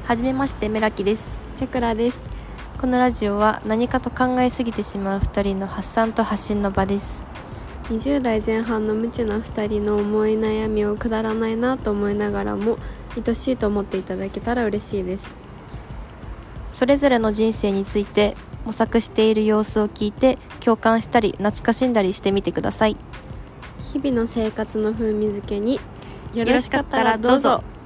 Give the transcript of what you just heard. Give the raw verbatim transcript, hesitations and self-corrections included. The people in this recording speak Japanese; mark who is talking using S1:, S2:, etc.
S1: はじめまして、メラキです。
S2: チャクラです。
S1: このラジオは何かと考えすぎてしまうふたりの発散と発信の場です。
S2: にじゅう代前半の無知なふたりの思い悩みをくだらないなと思いながらも愛しいと思っていただけたら嬉しいです。
S1: それぞれの人生について模索している様子を聞いて共感したり懐かしんだりしてみてください。
S2: 日々の生活の風味付けによ
S1: ろしかったらどうぞ。